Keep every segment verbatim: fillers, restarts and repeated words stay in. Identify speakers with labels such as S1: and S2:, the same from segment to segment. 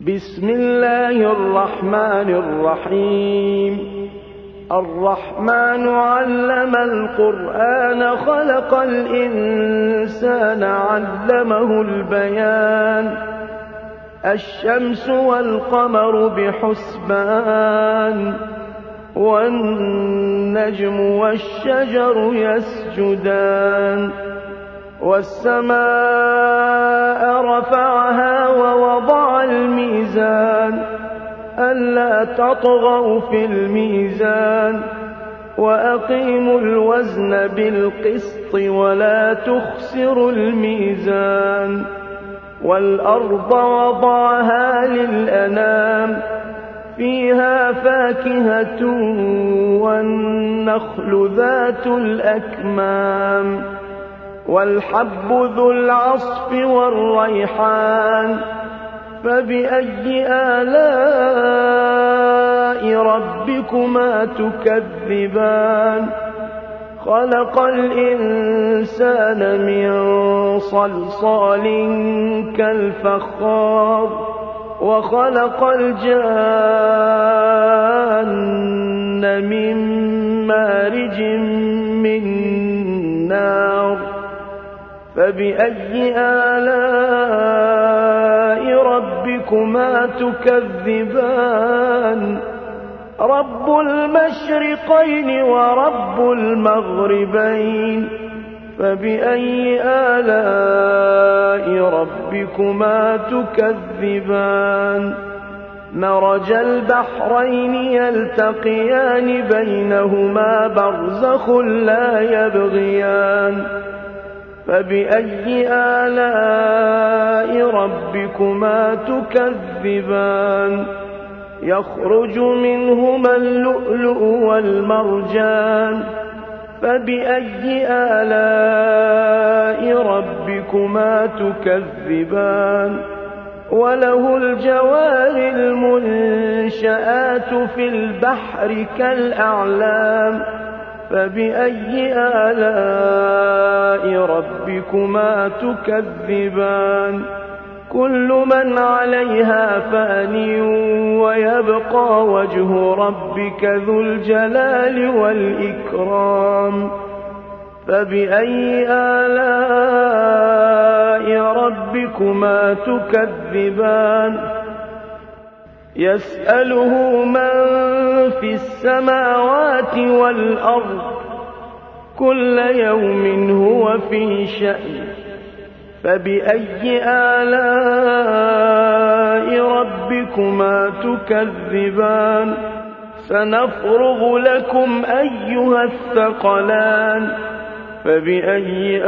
S1: بسم الله الرحمن الرحيم الرحمن علم القرآن خلق الإنسان علمه البيان الشمس والقمر بحسبان والنجم والشجر يسجدان والسماء رفعها ووضع الميزان ألا تطغوا في الميزان وأقيموا الوزن بالقسط ولا تخسروا الميزان والأرض وضعها للأنام فيها فاكهة والنخل ذات الأكمام والحب ذو العصف والريحان فبأي آلاء ربكما تكذبان خلق الإنسان من صلصال كالفخار وخلق الجان من مارج من نار فبأي آلاء ربكما تكذبان رب المشرقين ورب المغربين فبأي آلاء ربكما تكذبان مرج البحرين يلتقيان بينهما برزخ لا يبغيان فبأي آلاء ربكما تكذبان يخرج منهما اللؤلؤ والمرجان فبأي آلاء ربكما تكذبان وله الجوار المنشآت في البحر كالأعلام فبأي آلاء ربكما تكذبان كل من عليها فان ويبقى وجه ربك ذو الجلال والإكرام فبأي آلاء ربكما تكذبان يسأله من في السماوات والأرض كل يوم هو في شأن فبأي آلاء ربكما تكذبان سنفرغ لكم أيها الثقلان فبأي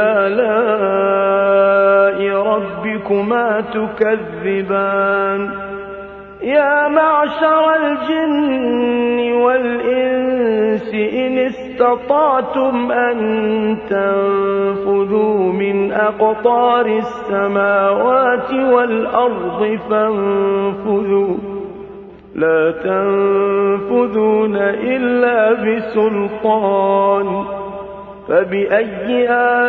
S1: آلاء ربكما تكذبان يا معشر الجن والإنس إن استطعتم أن تنفذوا من أقطار السماوات والأرض فانفذوا لا تنفذون إلا بسلطان فبأي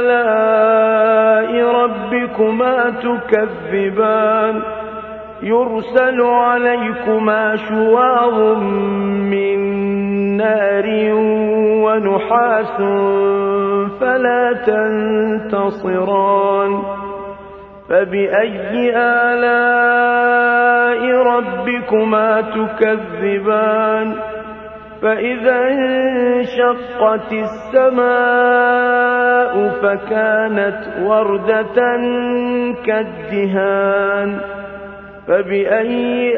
S1: آلاء ربكما تكذبان يرسل عليكما شواظ من نار ونحاس فلا تنتصران فبأي آلاء ربكما تكذبان فإذا انشقت السماء فكانت وردة كالدهان فبأي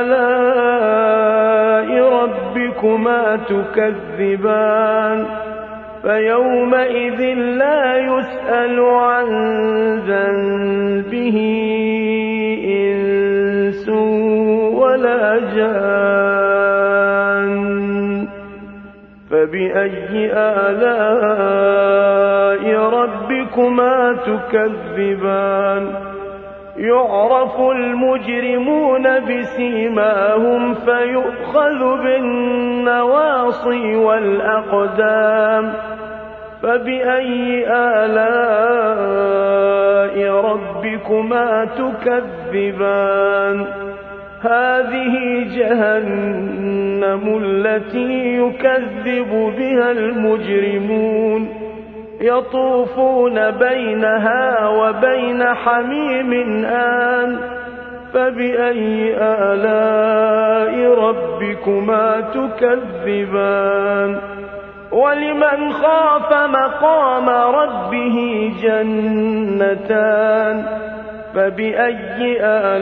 S1: آلاء ربكما تكذبان فيومئذ لا يسأل عن ذنبه إنس ولا جان فبأي آلاء ربكما تكذبان يعرف المجرمون بسيماهم فيؤخذ بالنواصي والأقدام فبأي آلاء ربكما تكذبان هذه جهنم التي يكذب بها المجرمون يطوفون بينها وبين حميم آن فبأي آلاء ربكما تكذبان ولمن خاف مقام ربه جنتان فبأي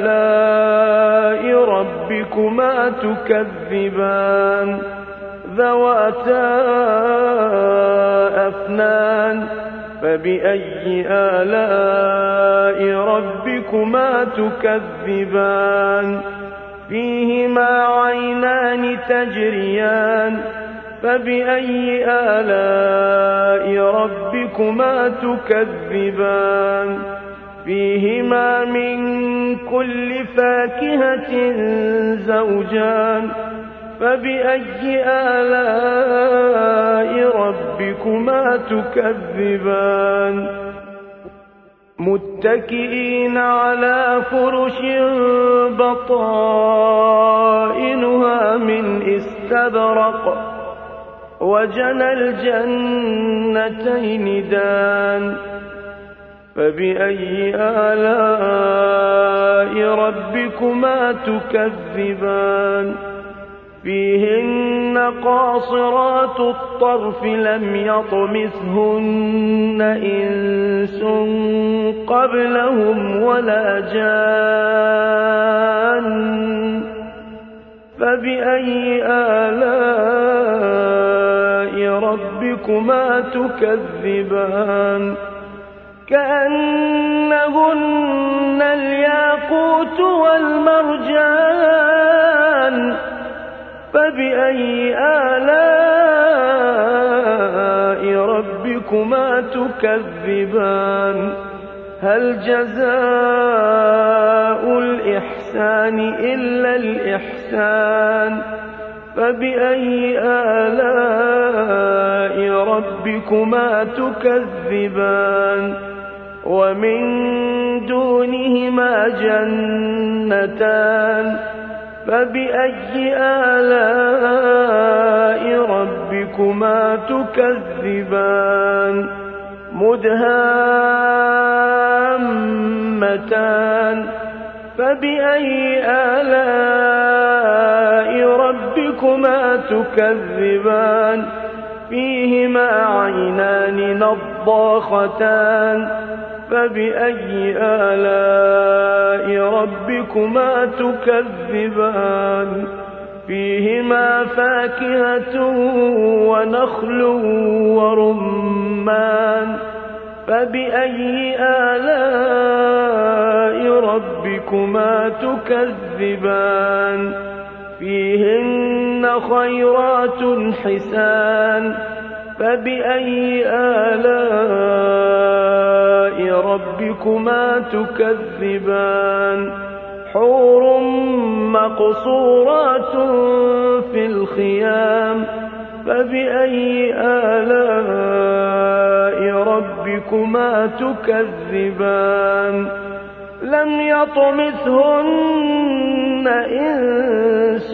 S1: آلاء ربكما تكذبان ذواتا أفنان فبأي آلاء ربكما تكذبان فيهما عينان تجريان فبأي آلاء ربكما تكذبان فيهما من كل فاكهة زوجان فبأي آلاء ربكما تكذبان متكئين على فرش بطائنها من استبرق وجنى الجنتين دان فبأي آلاء ربكما تكذبان فيهن قاصرات الطرف لم يطمثهن إنس قبلهم ولا جان فبأي آلاء ربكما تكذبان كأنهن الياقوت والمرجان فبأي آلاء ربكما تكذبان هل جزاء الإحسان إلا الإحسان فبأي آلاء ربكما تكذبان ومن دونهما جنتان فبأي آلاء ربكما تكذبان مدهامتان فبأي آلاء ربكما تكذبان فيهما عينان نضاختان فبأي آلاء ربكما تكذبان فيهما فاكهة ونخل ورمان فبأي آلاء ربكما تكذبان فيهن خيرات حسان فبأي آلاء ربكما تكذبان حور مقصورات في الخيام فبأي آلاء ربكما تكذبان لم يطمثهن إنس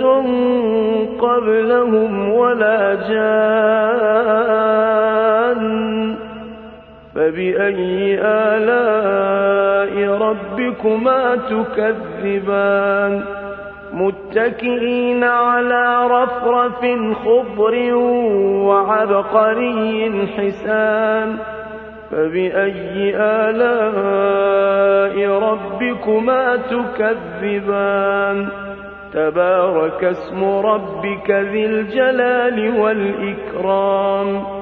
S1: قبلهم ولا جان فبأي آلاء ربكما تكذبان متكئين على رفرف خضر وعبقري حسان فبأي آلاء ربكما تكذبان تبارك اسم ربك ذي الجلال والإكرام